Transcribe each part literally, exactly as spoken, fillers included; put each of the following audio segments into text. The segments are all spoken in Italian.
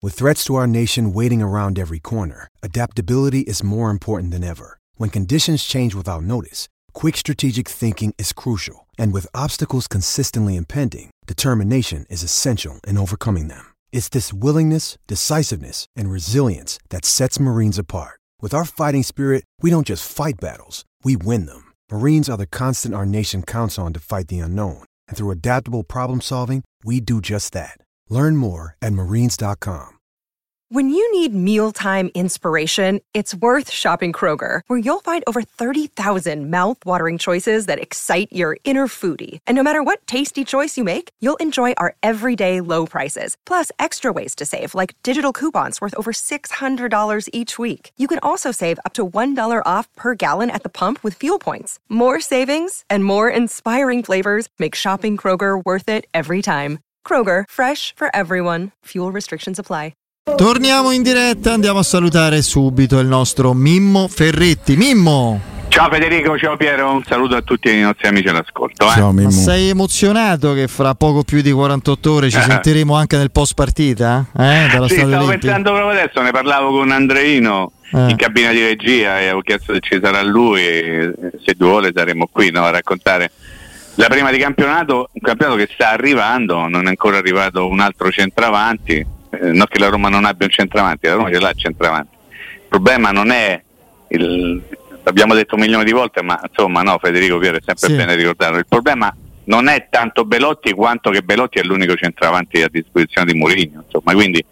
With threats to our nation waiting around every corner, adaptability is more important than ever. When conditions change without notice, quick strategic thinking is crucial. And with obstacles consistently impending, determination is essential in overcoming them. It's this willingness, decisiveness, and resilience that sets Marines apart. With our fighting spirit, we don't just fight battles, we win them. Marines are the constant our nation counts on to fight the unknown. And through adaptable problem solving, we do just that. Learn more at marines dot com. When you need mealtime inspiration, it's worth shopping Kroger, where you'll find over thirty thousand mouth-watering choices that excite your inner foodie. And no matter what tasty choice you make, you'll enjoy our everyday low prices, plus extra ways to save, like digital coupons worth over six hundred dollars each week. You can also save up to one dollar off per gallon at the pump with fuel points. More savings and more inspiring flavors make shopping Kroger worth it every time. Kroger, fresh for everyone. Fuel restrictions apply. Torniamo in diretta, andiamo a salutare subito il nostro Mimmo Ferretti. Mimmo! Ciao Federico, ciao Piero, un saluto a tutti i nostri amici all'ascolto. Eh? Ciao Mimmo. Ma sei emozionato che fra poco più di quarantotto ore ci eh. sentiremo anche nel post partita? Eh? Dalla sì, stavo Olimpica. pensando proprio adesso, ne parlavo con Andreino eh. in cabina di regia e ho chiesto se ci sarà lui e se vuole saremo qui, no, a raccontare la prima di campionato, un campionato che sta arrivando, non è ancora arrivato un altro centravanti. Non che la Roma non abbia un centravanti, la Roma ce l'ha il centravanti. Il problema non è il, l'abbiamo detto un milione di volte, ma insomma no, Federico Piero è sempre sì. bene ricordarlo. Il problema non è tanto Belotti quanto che Belotti è l'unico centravanti a disposizione di Mourinho, insomma, quindi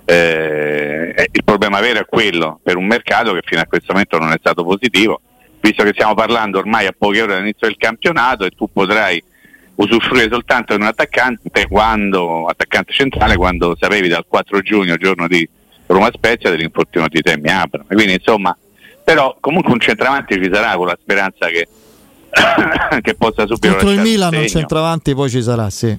eh, il problema vero è quello, per un mercato che fino a questo momento non è stato positivo, visto che stiamo parlando ormai a poche ore dall'inizio del campionato e tu potrai usufruire soltanto di un attaccante quando attaccante centrale quando sapevi dal quattro giugno, giorno di Roma Spezia, dell'infortunio di Tammy Abraham. Quindi insomma, però comunque un centravanti ci sarà, con la speranza che che possa subire contro il Milan un centravanti poi ci sarà, sì.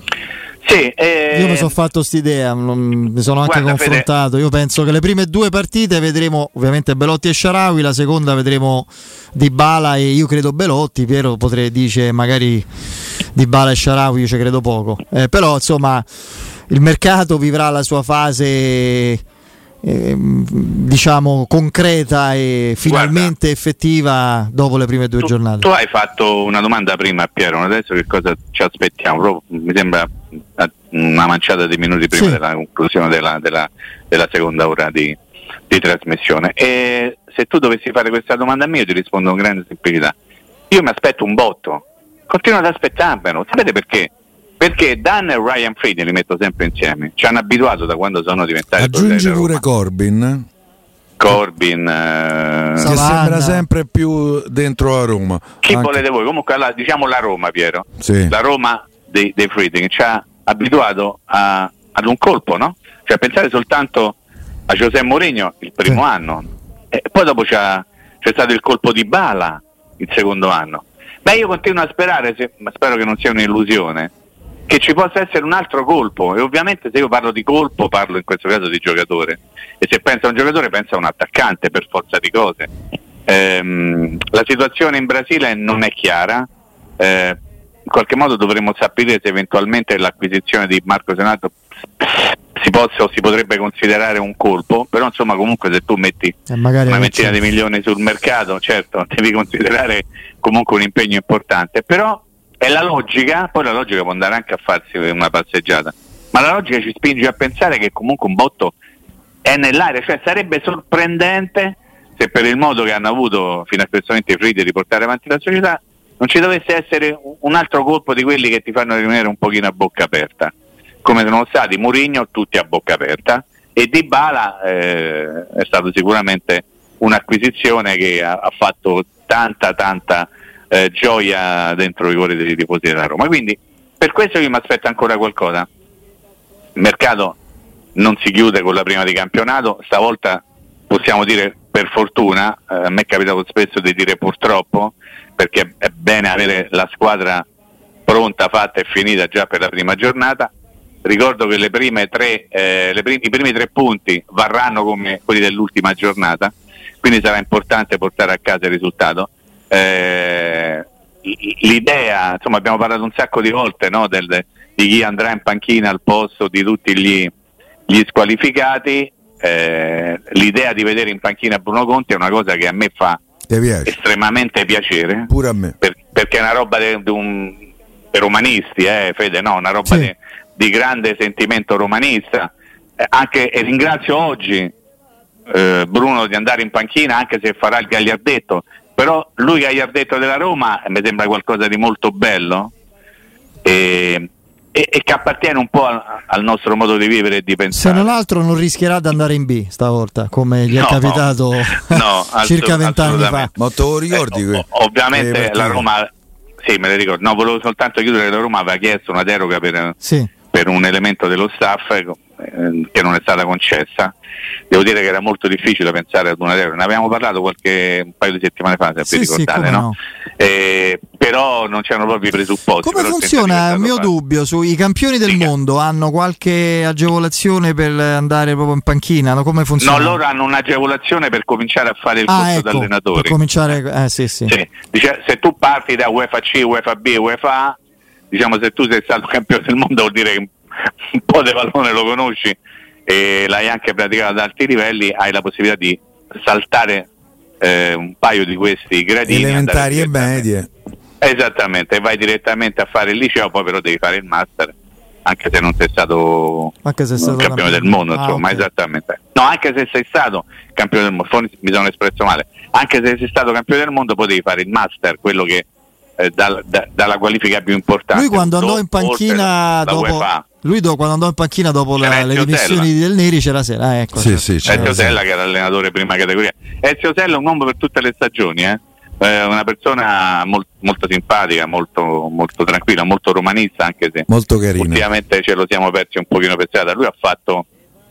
Sì, eh... io mi sono fatto st'idea, mi sono anche Guarda, confrontato. Fede... Io penso che le prime due partite vedremo ovviamente Belotti e Shaarawy, la seconda vedremo Dybala e io credo Belotti. Piero potrei dice magari Dybala e Shaarawy, io ci credo poco, eh, però insomma il mercato vivrà la sua fase eh, diciamo concreta e finalmente Guarda, effettiva dopo le prime due tu, giornate. Tu hai fatto una domanda prima a Piero, adesso che cosa ci aspettiamo? Mi sembra una manciata di minuti prima sì. della conclusione della, della, della seconda ora di, di trasmissione, e se tu dovessi fare questa domanda a me io ti rispondo con grande semplicità. Io mi aspetto un botto, continuo ad aspettarmelo, sapete perché? Perché Dan e Ryan Friedrich, li metto sempre insieme, ci hanno abituato da quando sono diventati aggiungi pure Corbin Corbin eh... che sembra sempre più dentro a Roma. Chi Anche... volete voi? Comunque la, diciamo la Roma, Piero, sì. la Roma dei, dei Friedrich ci ha abituato a, ad un colpo, no? Cioè pensare soltanto a José Mourinho il primo sì. anno e poi dopo c'è, c'è stato il colpo di Bala il secondo anno. Beh, io continuo a sperare, se, ma spero che non sia un'illusione, che ci possa essere un altro colpo, e ovviamente se io parlo di colpo parlo in questo caso di giocatore, e se pensa a un giocatore pensa a un attaccante per forza di cose. Ehm, la situazione in Brasile non è chiara, eh, in qualche modo dovremmo sapere se eventualmente l'acquisizione di Marco Senato si possa o si potrebbe considerare un colpo, però insomma comunque se tu metti una ventina di milioni sul mercato, certo devi considerare comunque un impegno importante, però è la logica, poi la logica può andare anche a farsi una passeggiata, ma la logica ci spinge a pensare che comunque un botto è nell'aria, cioè sarebbe sorprendente se per il modo che hanno avuto fino a questo momento i Friedrich di portare avanti la società non ci dovesse essere un altro colpo di quelli che ti fanno rimanere un pochino a bocca aperta, come sono stati Mourinho tutti a bocca aperta, e Dybala eh, è stato sicuramente un'acquisizione che ha, ha fatto tanta tanta eh, gioia dentro i cuori dei tifosi della Roma. Quindi per questo io mi aspetto ancora qualcosa. Il mercato non si chiude con la prima di campionato, stavolta possiamo dire per fortuna, eh, a me è capitato spesso di dire purtroppo, perché è bene avere la squadra pronta, fatta e finita già per la prima giornata. Ricordo che le prime tre, eh, le prim- i primi tre punti varranno come quelli dell'ultima giornata, quindi sarà importante portare a casa il risultato. Eh, l'idea, insomma, abbiamo parlato un sacco di volte, no, del, di chi andrà in panchina al posto di tutti gli, gli squalificati, eh, l'idea di vedere in panchina Bruno Conti è una cosa che a me fa estremamente piacere. Pure a me. Per, perché è una roba de, de un, per umanisti, eh, Fede, no, una roba sì. di grande sentimento romanista. Eh, anche, e ringrazio oggi eh, Bruno di andare in panchina, anche se farà il gagliardetto, però lui gagliardetto della Roma mi sembra qualcosa di molto bello e, e, e che appartiene un po' al, al nostro modo di vivere e di pensare. Se non altro non rischierà di andare in B stavolta, come gli no, è capitato no, circa vent'anni fa. Ma te lo ricordi? Eh, ovviamente la Roma, sì, me le ricordo. No, volevo soltanto chiudere che la Roma aveva chiesto una deroga per, sì. per un elemento dello staff eh, che non è stata concessa. Devo dire che era molto difficile pensare ad una deroga. Ne abbiamo parlato qualche un paio di settimane fa, se sì, vi ricordate, sì, no? no. Eh, però non c'erano proprio i presupposti. Come funziona? Un mio fatto. dubbio sui campioni del sì. mondo hanno qualche agevolazione per andare proprio in panchina? No? Come funziona? No, loro hanno un'agevolazione per cominciare a fare il ah, corso ecco, d'allenatori. Per cominciare, eh, sì, sì. Sì. Dice, se tu parti da UEFA C, UEFA B, UEFA A, diciamo, se tu sei stato campione del mondo vuol dire che un po' di pallone lo conosci e l'hai anche praticato ad alti livelli, hai la possibilità di saltare eh, un paio di questi gradini elementari e medie. Esattamente, e vai direttamente a fare il liceo, poi però devi fare il master, anche se non sei stato, anche se sei stato campione del mondo, ah, insomma, okay. Esattamente. No, anche se sei stato campione del mondo, mi sono espresso male, anche se sei stato campione del mondo, poi devi fare il master, quello che eh, dà, da, dalla qualifica più importante. Lui quando andò in panchina dopo Lui do, quando andò in panchina dopo la, le dimissioni del Neri c'era sera, eh, ecco. Sì, sì, Ezio Sella, che era allenatore prima categoria. Ezio Sella è un uomo per tutte le stagioni, eh. Eh, una persona molt, molto simpatica, molto, molto tranquilla, molto romanista, anche se molto carina. Ultimamente ce lo siamo persi un pochino per strada. Lui ha fatto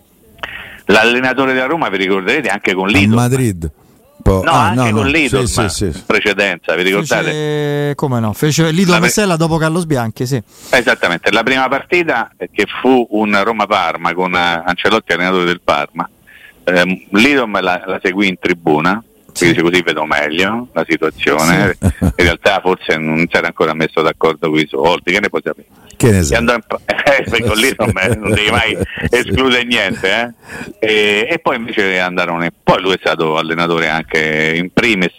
l'allenatore della Roma, vi ricorderete, anche con Lido. A Madrid. Po- no, ah, anche no, con no. Lidl sì, sì, sì. precedenza, vi ricordate? Fece, come no? Fece Lidl pre- Messella dopo Carlos Bianchi, sì. Esattamente, la prima partita che fu un Roma-Parma con Ancelotti allenatore del Parma, eh, Lidl la, la seguì in tribuna, sì. Così vedo meglio la situazione, sì. In realtà forse non si era ancora messo d'accordo con i soldi, che ne puoi sapere? Che ne sai? Eh, con lì non, non devi mai escludere niente, eh? E, e poi invece andarono. Poi lui è stato allenatore anche in primis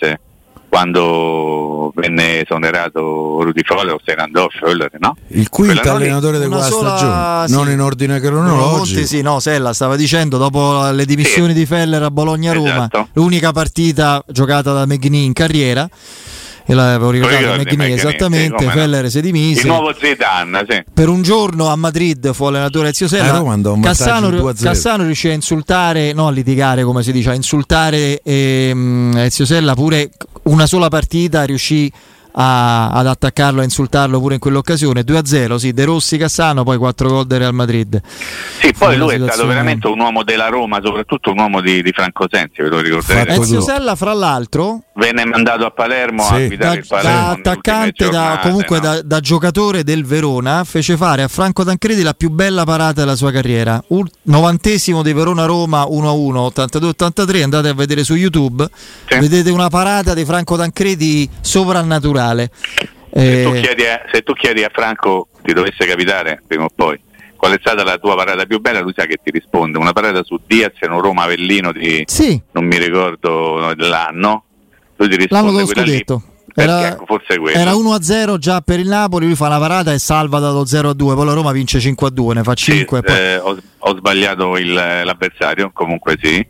quando venne esonerato Rudy Foller o Fernando Scholler, no? Il quinto allenatore di quella sola... stagione, sì. Non in ordine cronologico. Sì, no, Sella stava dicendo dopo le dimissioni sì. di Feller a Bologna-Roma, esatto. L'unica partita giocata da Megni in carriera. E l'avevo ricordato Megni, esattamente, sì, Feller no. si dimise. Il nuovo Zidane, sì. Per un giorno a Madrid fu allenatore Ezio Sella. Eh, Cassano, Cassano riuscì a insultare, no a litigare come si dice, a insultare ehm, Ezio Sella pure una sola partita, riuscì a, ad attaccarlo, a insultarlo pure in quell'occasione. Due a zero, sì, De Rossi, Cassano, poi quattro gol del Real Madrid. Sì, poi lui è stato veramente un uomo della Roma, soprattutto un uomo di, di Franco Sensi, ve lo ricorderete. Ezio Sella, fra l'altro, venne mandato a Palermo sì. a guidare da, il Palermo da attaccante, giornate, da, comunque no? da, da giocatore del Verona, fece fare a Franco Tancredi la più bella parata della sua carriera. U- novantesimo di Verona-Roma uno a uno, ottantadue ottantatré, andate a vedere su YouTube, sì. Vedete una parata di Franco Tancredi sovrannaturale. Se, eh, tu chiedi a, se tu chiedi a Franco, ti dovesse capitare prima o poi, qual è stata la tua parata più bella, lui sa che ti risponde una parata su Diaz in un Roma Avellino di sì. non mi ricordo l'anno, lui ti risponde l'anno dello scudetto. Era, ecco, forse era uno a zero già per il Napoli, lui fa una parata e salva dallo zero a due, poi la Roma vince cinque a due, ne fa cinque. Sì, poi... eh, ho, ho sbagliato il, l'avversario, comunque sì.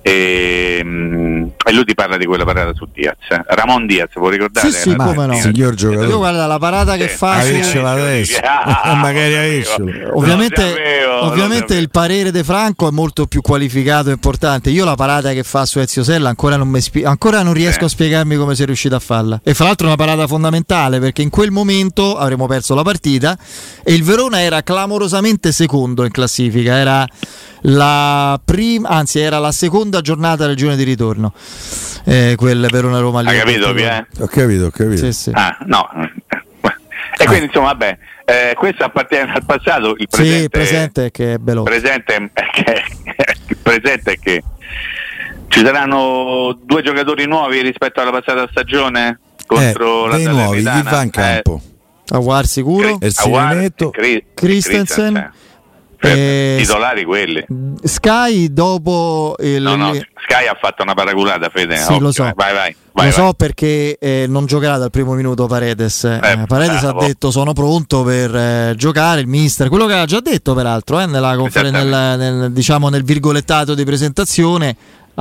E, mh, e lui ti parla di quella parata su Diaz, Ramon Diaz, può ricordare? Sì, sì, come no. Signor giocatore. Io guarda la parata che sì, fa su... adesso. Ah, magari adesso. Ovviamente, sapevo, ovviamente il parere di Franco è molto più qualificato e importante. Io la parata che fa su Ezio Sella ancora non, mi spie... ancora non riesco sì. a spiegarmi come sia riuscito a farla. E fra l'altro è una parata fondamentale, perché in quel momento avremmo perso la partita e il Verona era clamorosamente secondo in classifica, era la prima, anzi era la seconda giornata del girone di ritorno, eh, quel Verona-Roma lì. Hai capito, eh? Ho capito, ho capito. Sì, sì. Ah, no. E quindi insomma vabbè, eh, questo appartiene al passato, il presente, sì, il presente è che è bello. Presente è che, il presente è che ci saranno due giocatori nuovi rispetto alla passata stagione contro eh, la dei nuovi, chi va in campo? Eh, Aguar sicuro, Aguar, Cri- Christensen, Cioè, eh, titolari quelli. Sky dopo il... No, no, Sky ha fatto una paraculata, Fede. Sì, lo so. Vai, vai. Lo vai, so vai. perché eh, non giocherà dal primo minuto Paredes. Eh, Eh, Paredes ha bravo. detto sono pronto per eh, giocare il mister, quello che ha già detto peraltro eh, nella confer- nel, nel, diciamo nel virgolettato di presentazione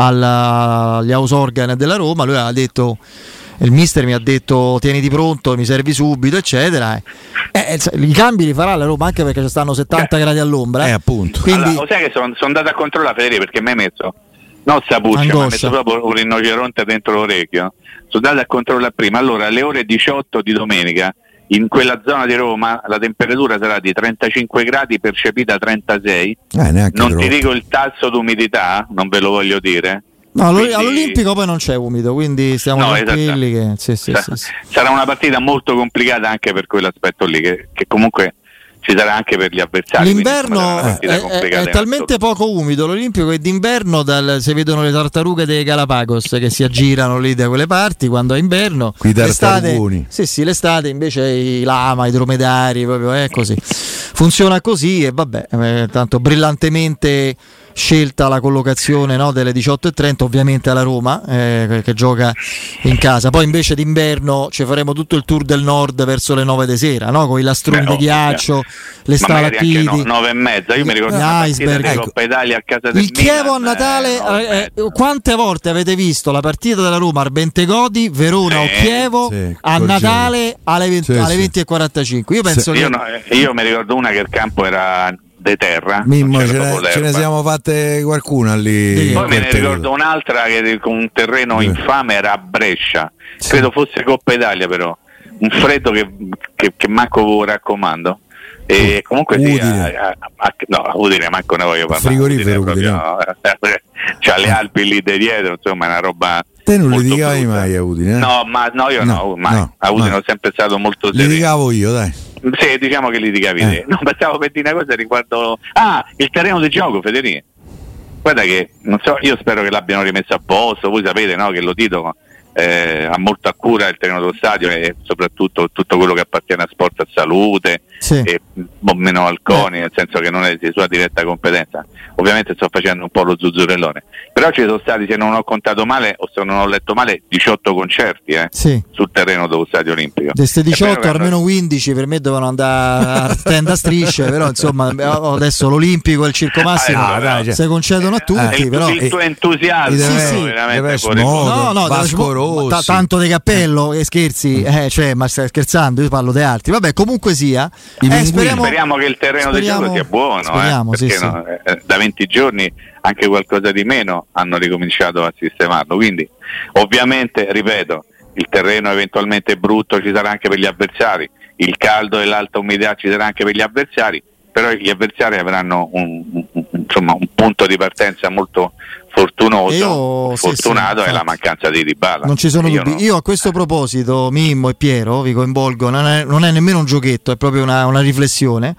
alla, agli house organ della Roma. Lui ha detto, il mister mi ha detto tieniti pronto, mi servi subito eccetera. Eh, eh, I cambi li farà la Roma anche perché ci stanno settanta eh. gradi all'ombra. Eh, appunto. Quindi... Allora, lo sai che sono, sono andato a controllare, Federico, perché mi hai messo non Sapuccia, mi ha messo proprio un rinoceronte dentro l'orecchio. Sono andato a controllare prima. Allora, alle ore diciotto di domenica in quella zona di Roma la temperatura sarà di trentacinque gradi, percepita trentasei. Eh, non troppo. ti dico il tasso d'umidità, non ve lo voglio dire. No, quindi... all'Olimpico poi non c'è umido, quindi stiamo no, tranquilli che... sì, sì, Sa- sì, sì. sarà una partita molto complicata anche per quell'aspetto lì, che, che comunque ci sarà anche per gli avversari. L'inverno è, è, è talmente poco umido l'Olimpico che d'inverno dal, si vedono le tartarughe dei Galapagos che si aggirano lì da quelle parti quando è inverno. Qui l'estate, sì, sì, l'estate invece i lama, i dromedari, proprio è così. Funziona così e vabbè, eh, tanto brillantemente scelta la collocazione, no, delle diciotto e trenta ovviamente alla Roma eh, che gioca in casa. Poi invece d'inverno ci faremo tutto il tour del nord verso le nove di sera, no? Con i lastroni di ghiaccio, le stalattiti, no, nove e mezza. Io mi ricordo gli una iceberg, di Coppa Italia a casa del il Chievo Milan, a Natale. eh, eh, quante volte avete visto la partita della Roma al Bentegodi, Verona sì, o Chievo sì, a Natale alle venti, sì, alle venti e quarantacinque? Io penso sì. che io, no, io mi ricordo una che il campo era de terra. Mimmo, ce, ne, ce ne siamo fatte qualcuna lì. Poi me ne ricordo un'altra che con un terreno infame era a Brescia, sì. Credo fosse Coppa Italia, però un freddo che, che, che manco ve lo raccomando. E comunque Udine. Sì, a, a, a, no, Udine manco ne voglio parlare. Frigorifero Udine, Udine, proprio, c'ha le Alpi lì di dietro, insomma è una roba. Te non litigavi mai a Udine? Eh? No, ma no, io no, no mai. No, a Udine no. Ho sempre stato molto sereno. Litigavo io, dai. Sì, diciamo che litigavi te. Eh. No, pensavo per dire una cosa riguardo. Ah, il terreno di gioco, Federico. Guarda che non so, io spero che l'abbiano rimesso a posto. Voi sapete, no, che lo Tito eh, ha molto a cura il terreno dello stadio e soprattutto tutto quello che appartiene a sport a salute, sì. E meno alconi, eh. nel senso che non è di sua diretta competenza. Ovviamente sto facendo un po' lo zuzzurellone, però ci sono stati, se non ho contato male o se non ho letto male, diciotto concerti eh, sì. sul terreno dello stadio olimpico. Queste diciotto almeno hanno... quindici per me dovevano andare a tenda strisce, però insomma adesso l'Olimpico e il Circo Massimo ah, no, dai, cioè. se concedono a tutti, eh, però il tuo entusiasmo sì, sì. veramente fuori modo, no, no, Vasco Rossi. T- tanto di cappello e scherzi, eh, cioè, ma stai scherzando, io parlo di altri. Vabbè, comunque sia, eh, speriamo, speriamo che il terreno di gioco sia buono, speriamo, eh, perché sì, no, sì. Eh, da venti giorni anche qualcosa di meno hanno ricominciato a sistemarlo, quindi ovviamente, ripeto, il terreno eventualmente brutto ci sarà anche per gli avversari, il caldo e l'alta umidità ci sarà anche per gli avversari, però gli avversari avranno un, un, insomma, un punto di partenza molto fortunoso, io, fortunato, sì, sì, è la mancanza di Dybala. Non ci sono io dubbi. No. Io a questo proposito, Mimmo e Piero, vi coinvolgo, non è, non è nemmeno un giochetto, è proprio una, una riflessione.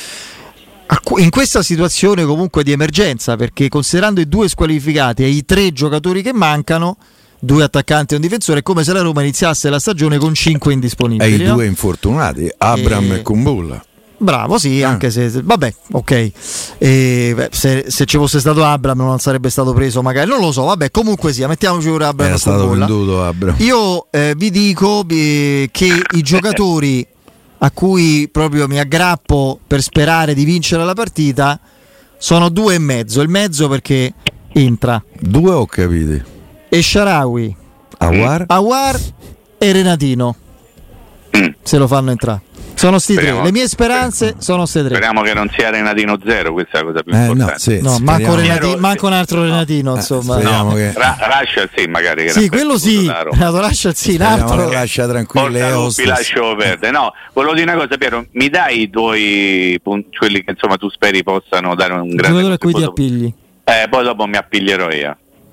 In questa situazione comunque di emergenza, perché considerando i due squalificati e i tre giocatori che mancano, due attaccanti e un difensore, è come se la Roma iniziasse la stagione con cinque indisponibili. E i no? due infortunati, Abram e, e Kumbulla. Bravo, sì, ah. anche se, vabbè, ok. E, beh, se, se ci fosse stato Abram non sarebbe stato preso, magari, non lo so, vabbè, comunque sia, mettiamoci ora Abram. Era stato venduto Abram. Io eh, vi dico eh, che i giocatori a cui proprio mi aggrappo per sperare di vincere la partita sono due e mezzo, il mezzo perché entra. Due ho capiti. E Shaarawy, Aouar, Aouar e Renatino. Se lo fanno entrare. Sono sti tre, le mie speranze sono ste tre. Speriamo che non sia Renatino zero, questa è la cosa più eh, importante. No, sì, no manco, Renati, manco un altro Renatino, no, insomma. Speriamo no, che... Ra- Rashford sì, magari. Che sì, quello sì. Renato Rashford sì, un altro. Lascia tranquillo. Vi lascio perdere. No, volevo dire una cosa, Piero, mi dai i tuoi punti, quelli che insomma tu speri possano dare un grande giocatore a cui ti appigli. Eh, poi dopo mi appiglierò io.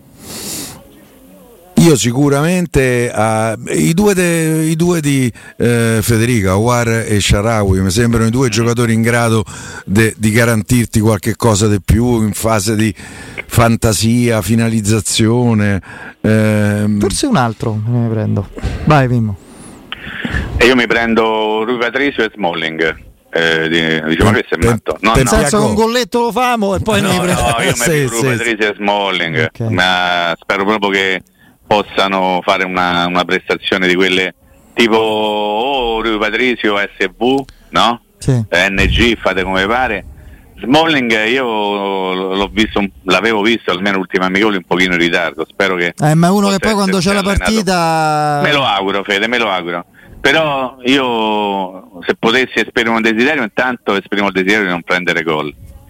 Io sicuramente uh, i, due de, i due di eh, Federico, Aouar e Shaarawy mi sembrano i due giocatori in grado de, di garantirti qualche cosa di più in fase di fantasia, finalizzazione. Ehm. Forse un altro me ne prendo. Vai Mimmo. E io mi prendo Rui Patricio e Smalling. eh, diciamo che è matto. No, nel senso che un golletto lo famo e poi no, noi prendiamo. No, io mi sì, sì, Patrizio e Smalling, okay. ma spero proprio che possano fare una, una prestazione di quelle tipo oh, Rui Patrizio S V, no? Sì. N G, fate come pare. Smalling io l'ho visto, l'avevo visto almeno l'ultima amichevole un pochino in ritardo, spero che eh, ma uno che poi quando c'è la partita me lo auguro, Fede, me lo auguro. Però io se potessi esprimere un desiderio, intanto esprimo il desiderio di non prendere gol,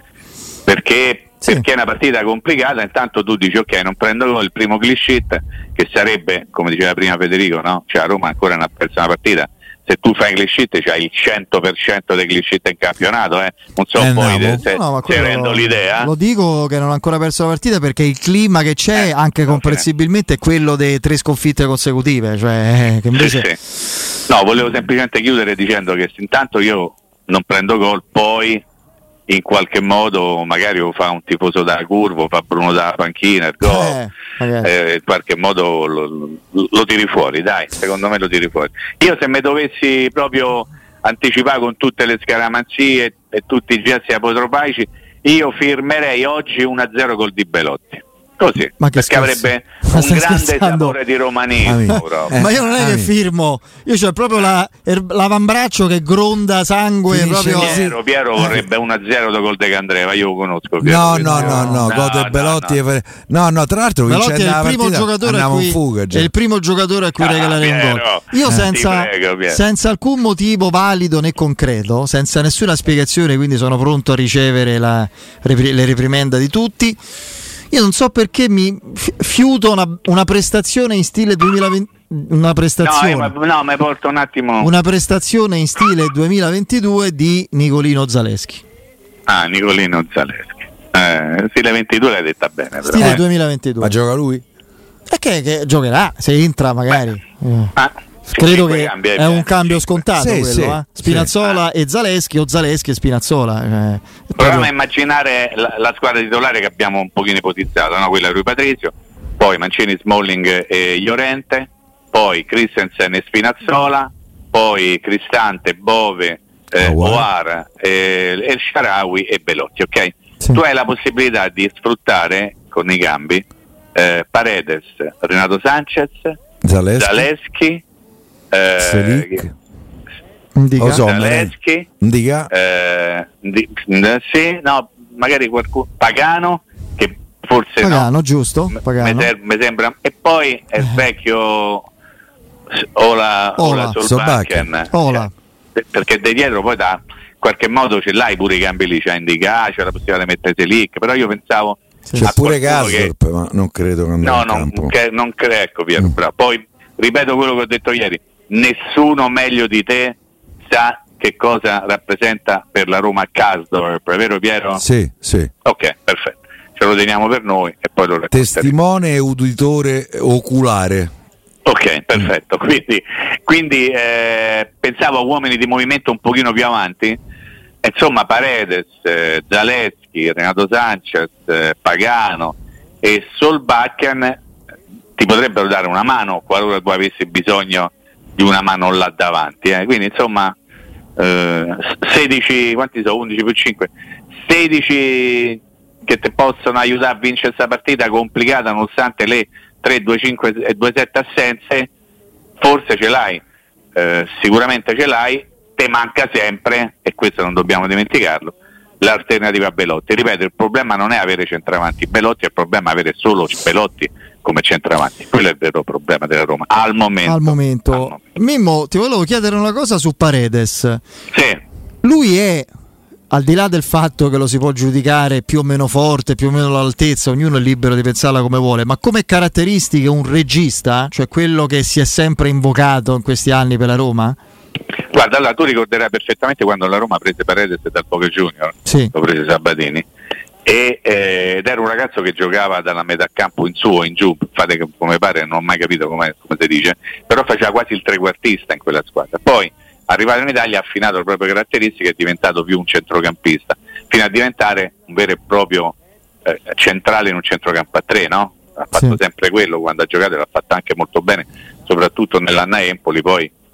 perché sì. perché è una partita complicata. Intanto tu dici ok, non prendo gol, il primo clean sheet, che sarebbe, come diceva prima Federico, no? Cioè a Roma ancora non ha perso una partita. Se tu fai clean sheet c'hai il cento per cento dei clean sheet in campionato, eh? Non so eh poi no, se, no, se rendo l'idea. Lo dico che non ha ancora perso la partita perché il clima che c'è, eh, anche comprensibilmente, è quello delle tre sconfitte consecutive. Cioè, che invece... sì, sì. No, volevo semplicemente chiudere dicendo che intanto io non prendo gol, poi in qualche modo magari lo fa un tifoso da curvo, fa Bruno dalla panchina, il gol, eh, eh, in qualche modo lo, lo, lo tiri fuori, dai, secondo me lo tiri fuori. Io se mi dovessi proprio anticipare con tutte le scaramanzie e tutti i gesti apotropaici, io firmerei oggi uno a zero col Di Belotti. Così, ma che perché scherzo. avrebbe ma un grande scherzando? sapore di romanismo. Eh, ma io non è che firmo, io c'ho proprio la, l'avambraccio che gronda sangue. Proprio... Piero, Piero vorrebbe uno a zero da gol De Candreva, io lo conosco. Piero, no, no, no, no, no, no, Belotti. No, no, no, tra l'altro Belotti è il primo giocatore a cui, fuga, è il primo giocatore a cui ah, regalare Piero, un gol. Io eh. senza, prego, senza alcun motivo valido né concreto, senza nessuna spiegazione, quindi sono pronto a ricevere la, le reprimende di tutti. Io non so perché mi fiuto una, una prestazione in stile duemilaventi, una prestazione no, ma, no, mi porto un attimo una prestazione in stile duemilaventidue di Nicolino Zaleschi. Ah, Nicolino Zaleschi. Eh, stile ventidue l'hai detta bene, però. Stile eh, duemilaventidue. Ma gioca lui? E che, che giocherà, se entra magari. Beh, ah. Credo che è un cambio scontato sì, quello, sì, eh? Spinazzola sì. e Zaleschi o Zaleschi e Spinazzola. Cioè, proviamo a immaginare la, la squadra titolare che abbiamo un pochino ipotizzato, no? Quella Rui Patrizio, poi Mancini, Smalling e Llorente, poi Christensen e Spinazzola, poi Cristante, Bove, eh, oh, wow. Oar, eh, El Shaarawy e Belotti, ok? Sì. Tu hai la possibilità di sfruttare con i cambi eh, Paredes, Renato Sanchez, Zaleschi, Zaleschi Selic, Indica. Zaleschi, Indica. Eh, di, sì, no, magari qualcuno, Pagano, che forse Pagano, no, giusto? Pagano. Mi sembra, e poi è il vecchio Ola, Ola, Ola Solbakken, Ola. Perché di dietro poi da qualche modo ce l'hai pure i cambi lì, c'è Indica, c'è la possibilità di mettere Selic, però io pensavo sì. C'è pure Gasdorp, che... ma non credo che andrà no, in non, campo. Che, non credo, ecco Piero, mm. Poi ripeto quello che ho detto ieri, nessuno meglio di te sa che cosa rappresenta per la Roma Gasdorp, è vero Piero? Sì, sì. Ok, perfetto, ce lo teniamo per noi e poi lo testimone e uditore oculare. Ok, perfetto, quindi, quindi eh, pensavo a uomini di movimento un pochino più avanti, insomma Paredes, eh, Zaleschi, Renato Sanchez, eh, Pagano e Solbakken ti potrebbero dare una mano qualora tu avessi bisogno di una mano là davanti, eh. Quindi insomma eh, sedici, quanti sono? undici più cinque, sedici che ti possono aiutare a vincere questa partita complicata nonostante le tre, due, cinque e due, sette assenze. Forse ce l'hai, eh, sicuramente ce l'hai, te manca sempre, e questo non dobbiamo dimenticarlo, l'alternativa a Belotti. Ripeto, il problema non è avere centravanti Belotti, il problema è avere solo Belotti come centravanti. Quello è il vero problema della Roma al momento. Al momento. Al momento. Mimmo, ti volevo chiedere una cosa su Paredes. Sì. Lui è, al di là del fatto che lo si può giudicare più o meno forte, più o meno all'altezza, ognuno è libero di pensarla come vuole, ma come caratteristiche un regista, cioè quello che si è sempre invocato in questi anni per la Roma? Guarda, allora tu ricorderai perfettamente quando la Roma prese Paredes dal Boca Junior, sì. Lo prese Sabatini, e, eh, ed era un ragazzo che giocava dalla metà campo in su o in giù, fate come pare, non ho mai capito come si dice, però faceva quasi il trequartista in quella squadra. Poi arrivato in Italia ha affinato le proprie caratteristiche, è diventato più un centrocampista, fino a diventare un vero e proprio eh, centrale in un centrocampo a tre, no? Ha fatto sì. sempre quello, quando ha giocato l'ha fatto anche molto bene, soprattutto nell'Anna Empoli, poi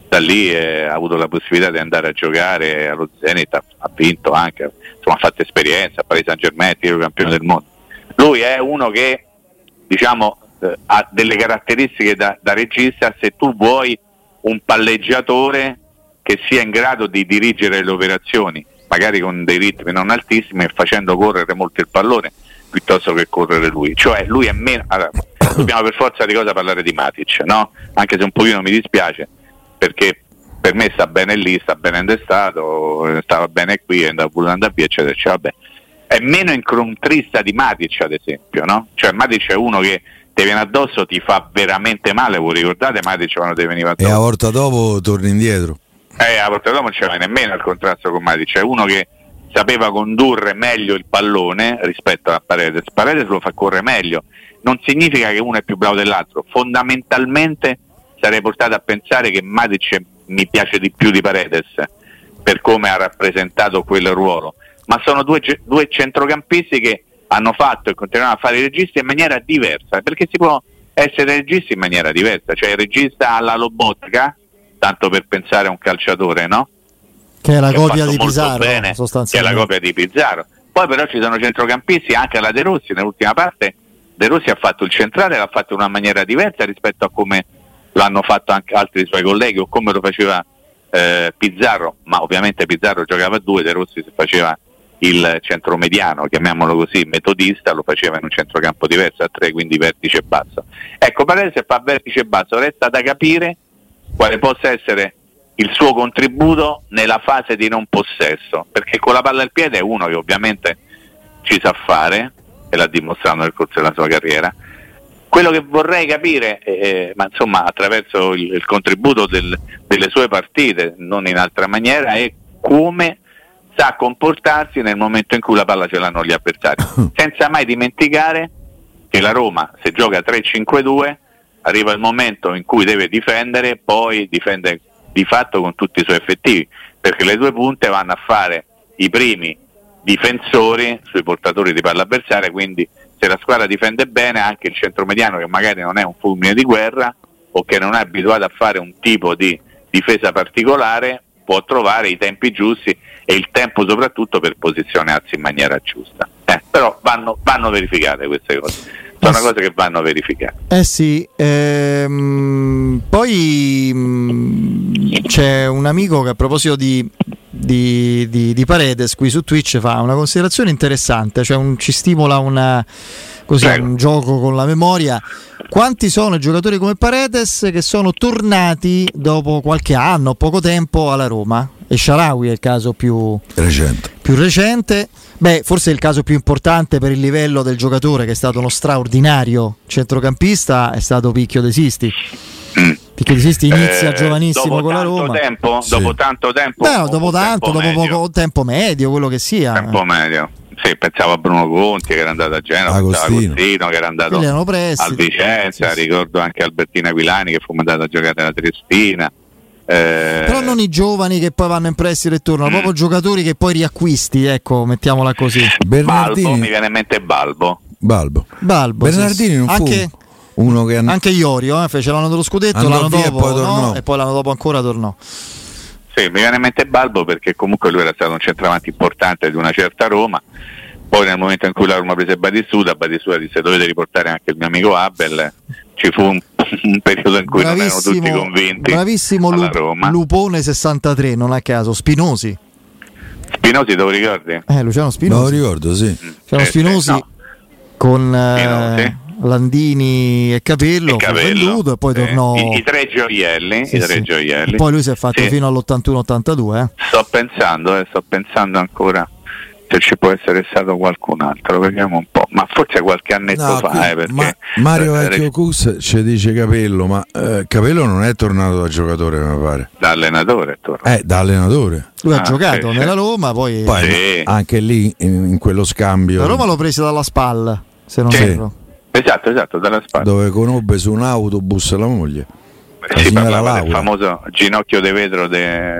da lì eh, ha avuto la possibilità di andare a giocare allo Zenit, ha, ha vinto anche, insomma ha fatto esperienza, a Paris Saint-Germain, tiro campione del mondo. Lui è uno che diciamo eh, ha delle caratteristiche da, da regista, se tu vuoi un palleggiatore che sia in grado di dirigere le operazioni, magari con dei ritmi non altissimi e facendo correre molto il pallone piuttosto che correre lui, cioè lui è meno. Allora, dobbiamo per forza di cosa parlare di Matic, no? Anche se un pochino mi dispiace, perché per me sta bene lì, sta bene in stato, stava bene qui, è andato pure andare via, eccetera, eccetera. Vabbè. È meno incontrista di Matic, ad esempio, no? Cioè Matic è uno che ti viene addosso, ti fa veramente male, voi ricordate Matic quando ti veniva addosso? E a volta dopo torni indietro. Eh, a volta dopo non c'era nemmeno il contrasto con Matic, è uno che sapeva condurre meglio il pallone rispetto a Paredes. Paredes lo fa correre meglio, non significa che uno è più bravo dell'altro, fondamentalmente sarei portato a pensare che Matic mi piace di più di Paredes per come ha rappresentato quel ruolo, ma sono due, due centrocampisti che hanno fatto e continuano a fare i registi in maniera diversa, perché si può essere registi in maniera diversa, cioè il regista alla Lobotka, tanto per pensare a un calciatore, no? Che è la che copia di Pizarro, bene, che è la copia di Pizarro. Poi però ci sono centrocampisti, anche alla De Rossi, nell'ultima parte De Rossi ha fatto il centrale, l'ha fatto in una maniera diversa rispetto a come l'hanno fatto anche altri suoi colleghi o come lo faceva eh, Pizarro, ma ovviamente Pizarro giocava a due, De Rossi si faceva il centromediano, chiamiamolo così, metodista, lo faceva in un centrocampo diverso a tre, quindi vertice basso. Ecco, Paredes fa vertice basso, resta da capire quale possa essere il suo contributo nella fase di non possesso, perché con la palla al piede è uno che ovviamente ci sa fare e l'ha dimostrato nel corso della sua carriera. Quello che vorrei capire, eh, ma insomma attraverso il, il contributo del, delle sue partite, non in altra maniera, è come sa comportarsi nel momento in cui la palla ce l'hanno gli avversari, senza mai dimenticare che la Roma, se gioca tre cinque due, arriva il momento in cui deve difendere, poi difende di fatto con tutti i suoi effettivi, perché le due punte vanno a fare i primi difensori sui portatori di palla avversaria, quindi se la squadra difende bene, anche il centromediano, che magari non è un fulmine di guerra o che non è abituato a fare un tipo di difesa particolare, può trovare i tempi giusti e il tempo soprattutto per posizionarsi in maniera giusta. Eh, però vanno, vanno verificate queste cose, sono eh cose che vanno verificate. Eh sì, ehm, poi mh, c'è un amico che a proposito di Di, di, di Paredes qui su Twitch fa una considerazione interessante, cioè un, ci stimola una, così, un gioco con la memoria. Quanti sono i giocatori come Paredes che sono tornati dopo qualche anno, poco tempo alla Roma? E Shaarawy è il caso più recente. più recente. Beh, forse è il caso più importante per il livello del giocatore, che è stato uno straordinario centrocampista, è stato Picchio De Sisti. Perché De Sisti inizia eh, giovanissimo con la Roma. Tempo, sì. Dopo tanto tempo? Beh, no, dopo tanto, tempo dopo medio. poco tempo medio, quello che sia. Tempo medio. Sì, pensavo a Bruno Conti che era andato a Genova, Agostino, Agostino che era andato al Vicenza, sì, sì. Ricordo anche Albertino Aquilani che fu mandato a giocare alla Triestina. Eh... Però non i giovani che poi vanno in prestito e tornano, mm. proprio giocatori che poi riacquisti, ecco, mettiamola così. Bernardini, Balbo, mi viene in mente Balbo. Balbo. Balbo Bernardini sì. non fu anche... uno che anche Iorio eh, fece l'anno dello scudetto, andò l'anno dopo e poi, no, e poi l'anno dopo ancora tornò. Sì, mi viene in mente Balbo perché comunque lui era stato un centravanti importante di una certa Roma. Poi nel momento in cui la Roma prese Batistuta, Batistuta disse dovete riportare anche il mio amico Abel. Ci fu un, un periodo in cui bravissimo, non erano tutti convinti. Bravissimo alla Lu- Roma. Lupone sessantatré, non a caso. Spinosi. Spinosi te lo ricordi? Eh, Luciano Spinosi. Me lo ricordo, sì. Luciano eh, Spinosi no. con eh, Spinosi. Landini e Capello, e Capello. fu venduto e poi sì. tornò I, i tre gioielli, sì, i tre sì. gioielli. E poi lui si è fatto sì. fino all'ottantuno ottantadue. Eh. Sto pensando, eh, sto pensando ancora se ci può essere stato qualcun altro, vediamo un po', ma forse qualche annetto no, fa, qui, eh, perché ma Mario eh, Vecchio Cus ci dice Capello, ma eh, Capello non è tornato da giocatore, mi pare. Da allenatore, eh, da allenatore. Lui ah, ha giocato sì, nella sì. Roma, poi, poi sì. anche lì in, in quello scambio. la Roma l'ho presa dalla spalla, se non sì. erro. Esatto, esatto, dalla spalla. Dove conobbe su un autobus la moglie. Si parlava del famoso ginocchio di vetro de,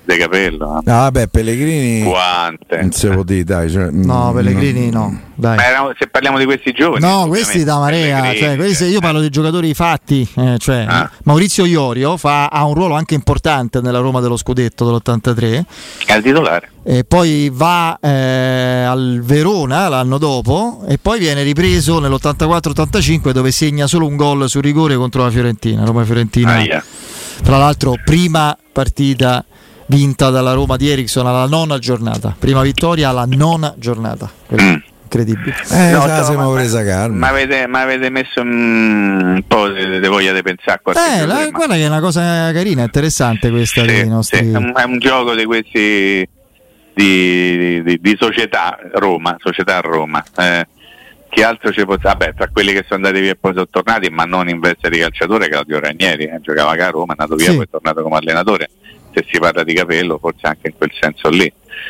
De Capello. No, vabbè, Pellegrini quante non si può dire, dai, cioè, no, Pellegrini no, no dai. Ma era, se parliamo di questi giovani, no, questi da marea, cioè, questi, io parlo dei giocatori fatti, eh, cioè, ah. Maurizio Iorio fa, ha un ruolo anche importante nella Roma dello scudetto dell'ottantatré, è il titolare, e poi va eh, al Verona l'anno dopo e poi viene ripreso nell'ottantaquattro ottantacinque dove segna solo un gol su rigore contro la Fiorentina, Roma Fiorentina. Ah, yeah. Tra l'altro prima partita vinta dalla Roma di Eriksson alla nona giornata, prima vittoria alla nona giornata, mm. incredibile. Eh, no, no, siamo presa calma. Ma avete, ma avete messo un po' di voglia di pensare a qualche eh, la, guarda che è una cosa carina, interessante questa sì, dei nostri. Sì, è, un, è un gioco di questi di, di, di società Roma, società Roma. Eh, che altro ci può? Vabbè, tra quelli che sono andati via e poi sono tornati, ma non in veste di calciatore, Claudio Ranieri, eh, giocava a Roma, è andato via, sì. Poi è tornato come allenatore. Se si parla di Capello, forse anche in quel senso lì.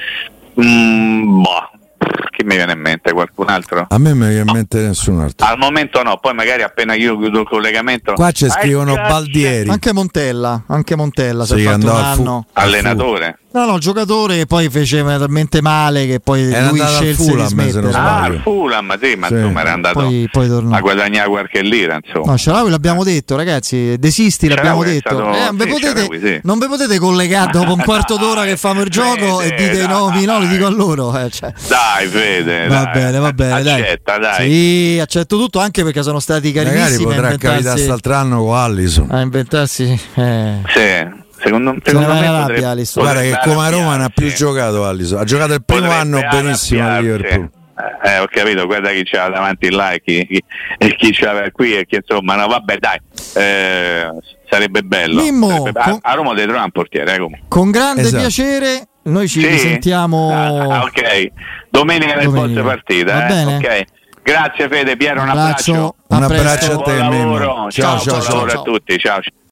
Mm, boh, che mi viene in mente? Qualcun altro? A me mi viene in mente no. nessun altro. Al momento no, poi magari appena io chiudo il collegamento. Qua ci scrivono Baldieri. Anche Montella, anche Montella, sì, si è fatto un anno. Fu- allenatore. No, no, giocatore che poi fece talmente male che poi era lui scelse Fulham, di smettere. Ah, al Fulham, sì, ma sì. insomma era andato poi, poi a guadagnare qualche lira, insomma. No, Shaarawy l'abbiamo detto, ragazzi, desisti, l'abbiamo Shaarawy detto. Stato... Eh, sì, potete, Shaarawy, sì. Non vi potete collegare dopo un quarto d'ora che famo il gioco Fede, e dite i nomi, no, li dico a loro. Eh, cioè. Dai, Fede, va dai. bene, va bene, accetta, dai. dai. Sì, accetto tutto anche perché sono stati carinissimi. Magari potrà capitare quest'altro anno con Allison. A inventarsi. Eh. Sì. Secondo, secondo me rabbia, potrebbe, guarda che come a Roma non ha più giocato Allison, ha giocato il primo potrebbe anno benissimo a Liverpool. Eh, ho capito, guarda chi c'ha davanti là e chi, chi, e chi c'ha qui e chi insomma, no vabbè dai, eh, sarebbe bello. Mimmo, sarebbe, con, a, a Roma deve trovare un portiere. Eh, con grande esatto. piacere, noi ci sì? risentiamo. Ah, ok, domenica nel post partita. Eh? Okay. Grazie Fede, Piero, un, un abbraccio. Un abbraccio a te, Mimmo. Ciao, ciao, ciao, ciao, ciao a tutti, ciao.